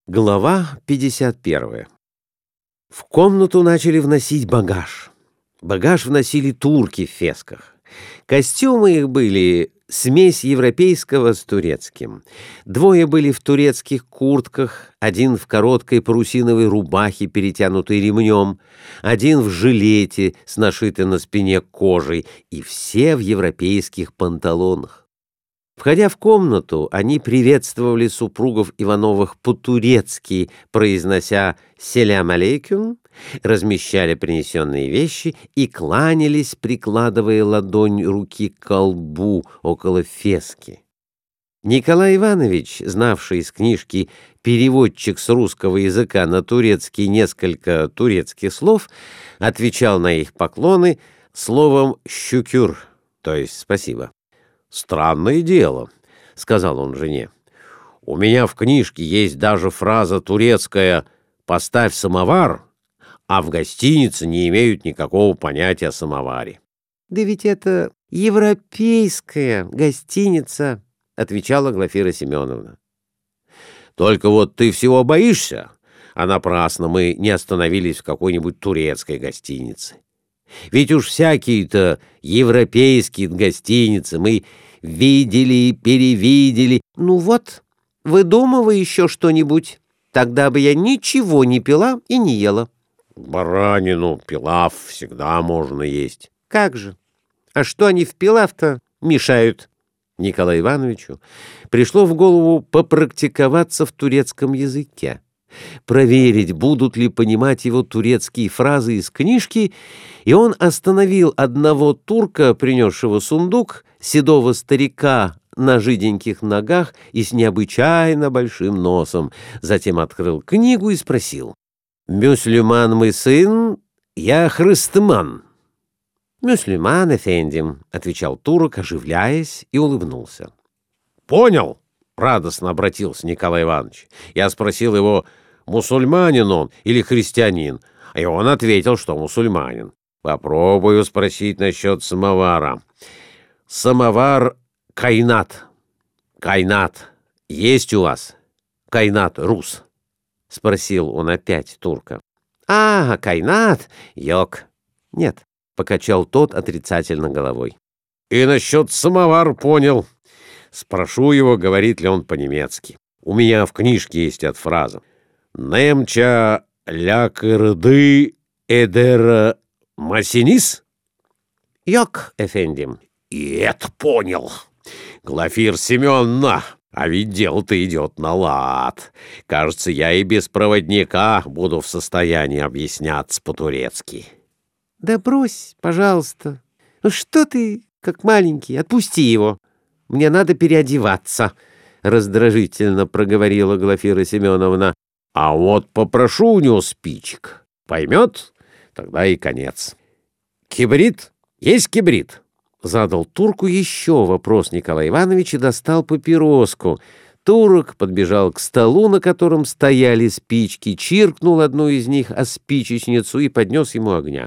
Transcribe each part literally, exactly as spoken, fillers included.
Глава пятьдесят первая. В комнату начали вносить багаж. Багаж вносили турки в фесках. Костюмы их были смесь европейского с турецким. Двое были в турецких куртках, один в короткой парусиновой рубахе, перетянутой ремнем, один в жилете с нашитой на спине кожей, и все в европейских панталонах. Входя в комнату, они приветствовали супругов Ивановых по-турецки, произнося «селям алейкум», размещали принесенные вещи и кланялись, прикладывая ладонь руки к колбу около фески. Николай Иванович, знавший из книжки «Переводчик с русского языка на турецкий несколько турецких слов», отвечал на их поклоны словом «щукюр», то есть «спасибо». «Странное дело», — сказал он жене. «У меня в книжке есть даже фраза турецкая «поставь самовар», а в гостинице не имеют никакого понятия о самоваре». «Да ведь это европейская гостиница», — отвечала Глафира Семеновна. «Только вот ты всего боишься, а напрасно мы не остановились в какой-нибудь турецкой гостинице. Ведь уж всякие-то европейские гостиницы мы видели, перевидели. Ну вот, выдумывай еще что-нибудь. Тогда бы я ничего не пила и не ела. Баранину, пилав всегда можно есть. Как же? А что они в пилав-то мешают? Николаю Ивановичу пришло в голову попрактиковаться в турецком языке, проверить, будут ли понимать его турецкие фразы из книжки, и он остановил одного турка, принесшего сундук, седого старика на жиденьких ногах и с необычайно большим носом, затем открыл книгу и спросил: «Мюслюман мы сын, я хрыстман». «Мюслюман, эфендим», — отвечал турок, оживляясь, и улыбнулся. «Понял?» — радостно обратился Николай Иванович. Я спросил его, мусульманин он или христианин, и он ответил, что мусульманин. Попробую спросить насчет самовара. Самовар кайнат. Кайнат есть у вас? Кайнат рус? — спросил он опять турка. — А, кайнат, йок. — Нет, — покачал тот отрицательно головой. — И насчет самовар понял. Спрошу его, говорит ли он по-немецки. У меня в книжке есть эта фраза. «Немча лякырды эдер масинис?» «Йок, эфендим». «И это понял. Глафир Семеновна, а ведь дело-то идет на лад. Кажется, я и без проводника буду в состоянии объясняться по-турецки». «Да брось, пожалуйста. Ну что ты, как маленький, отпусти его. Мне надо переодеваться», — раздражительно проговорила Глафира Семеновна. «А вот попрошу у него спичек. Поймет? Тогда и конец». «Кибрид? Есть кибрид?» Задал турку еще вопрос Николай Иванович и достал папироску. Турок подбежал к столу, на котором стояли спички, чиркнул одну из них о спичечницу и поднес ему огня.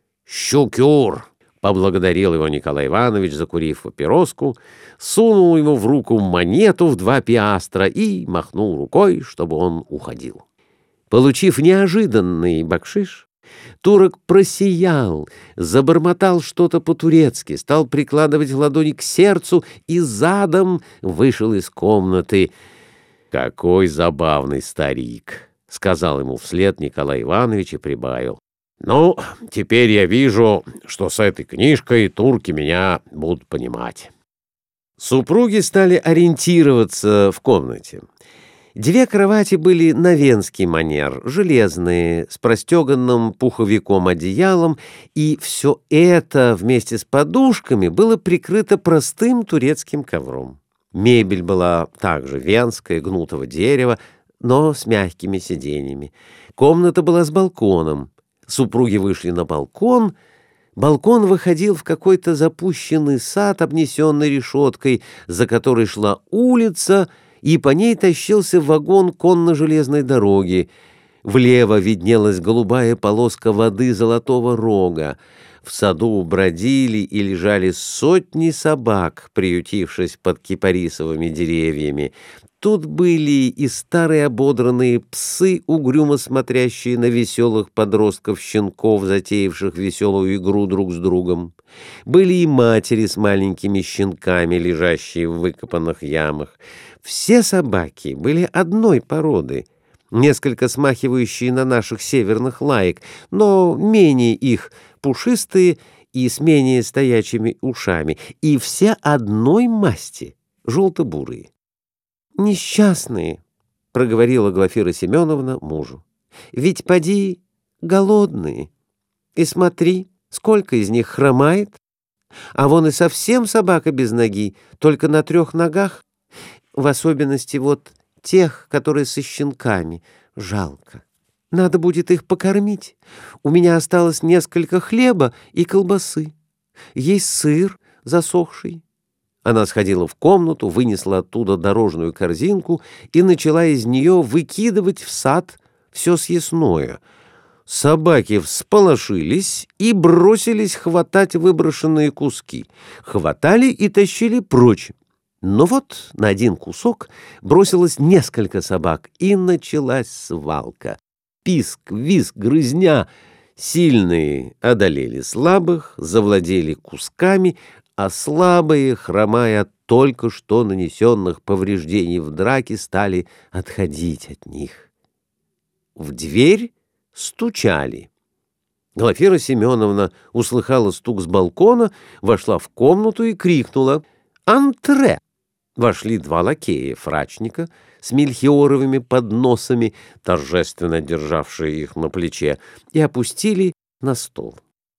«Щукюр!» — поблагодарил его Николай Иванович, закурив папироску, сунул ему в руку монету в два пиастра и махнул рукой, чтобы он уходил. Получив неожиданный бакшиш, турок просиял, забормотал что-то по-турецки, стал прикладывать ладони к сердцу и задом вышел из комнаты. «Какой забавный старик!» — сказал ему вслед Николай Иванович и прибавил. «Ну, теперь я вижу, что с этой книжкой турки меня будут понимать». Супруги стали ориентироваться в комнате. Две кровати были на венский манер, железные, с простеганным пуховиком-одеялом, и все это вместе с подушками было прикрыто простым турецким ковром. Мебель была также венская, гнутого дерева, но с мягкими сиденьями. Комната была с балконом. Супруги вышли на балкон. Балкон выходил в какой-то запущенный сад, обнесенный решеткой, за которой шла улица, и по ней тащился вагон конно-железной дороги. Влево виднелась голубая полоска воды Золотого Рога. В саду бродили и лежали сотни собак, приютившись под кипарисовыми деревьями. Тут были и старые ободранные псы, угрюмо смотрящие на веселых подростков-щенков, затеявших веселую игру друг с другом. Были и матери с маленькими щенками, лежащие в выкопанных ямах. Все собаки были одной породы, несколько смахивающие на наших северных лаек, но менее их, пушистые и с менее стоячими ушами, и все одной масти, желто-бурые. «Несчастные», — проговорила Глафира Семеновна мужу, — «ведь поди голодные. И смотри, сколько из них хромает. А вон и совсем собака без ноги, только на трех ногах. В особенности вот тех, которые со щенками. Жалко. Надо будет их покормить. У меня осталось несколько хлеба и колбасы. Есть сыр засохший». Она сходила в комнату, вынесла оттуда дорожную корзинку и начала из нее выкидывать в сад все съестное. Собаки всполошились и бросились хватать выброшенные куски. Хватали и тащили прочь. Но вот на один кусок бросилось несколько собак, и началась свалка. Писк, визг, грызня. Сильные одолели слабых, завладели кусками, а слабые, хромая от только что нанесенных повреждений в драке, стали отходить от них. В дверь стучали. Глафира Семеновна услыхала стук с балкона, вошла в комнату и крикнула «Антре!». Вошли два лакея фрачника с мельхиоровыми подносами, торжественно державшие их на плече, и опустили на стол.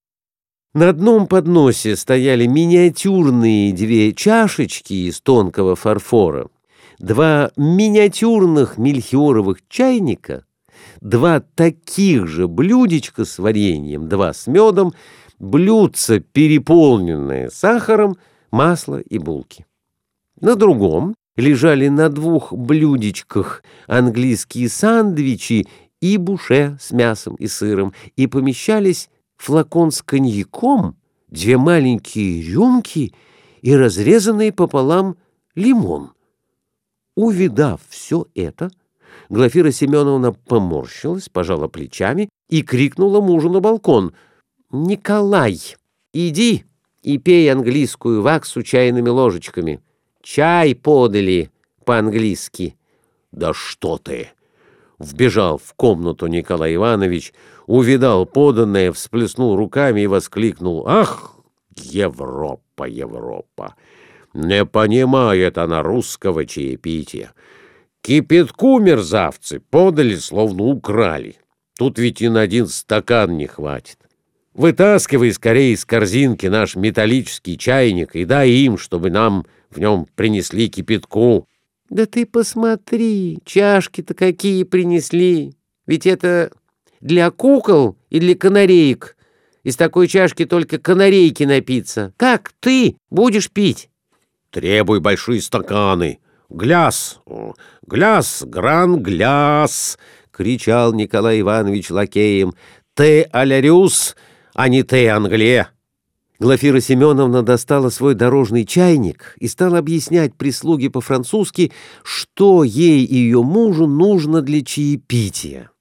На одном подносе стояли миниатюрные две чашечки из тонкого фарфора, два миниатюрных мельхиоровых чайника, два таких же блюдечка с вареньем, два с медом, блюдца, переполненные сахаром, масло и булки. На другом лежали на двух блюдечках английские сандвичи и буше с мясом и сыром, и помещались флакон с коньяком, две маленькие рюмки и разрезанный пополам лимон. Увидав все это, Глафира Семеновна поморщилась, пожала плечами и крикнула мужу на балкон: «Николай, иди и пей английскую ваксу чайными ложечками. Чай подали по-английски». «Да что ты!» Вбежал в комнату Николай Иванович, увидал поданное, всплеснул руками и воскликнул: «Ах, Европа, Европа! Не понимает она русского чаепития. Кипятку мерзавцы подали, словно украли. Тут ведь и на один стакан не хватит. Вытаскивай скорее из корзинки наш металлический чайник и дай им, чтобы нам в нем принесли кипятку». «Да ты посмотри, чашки-то какие принесли! Ведь это для кукол и для канареек. Из такой чашки только канарейки напиться. Как ты будешь пить?» «Требуй большие стаканы. Гляс, гляс, гран-гляс!» — кричал Николай Иванович лакеем. «Ты алярюс, а не ты англия!» Глафира Семеновна достала свой дорожный чайник и стала объяснять прислуге по-французски, что ей и ее мужу нужно для чаепития.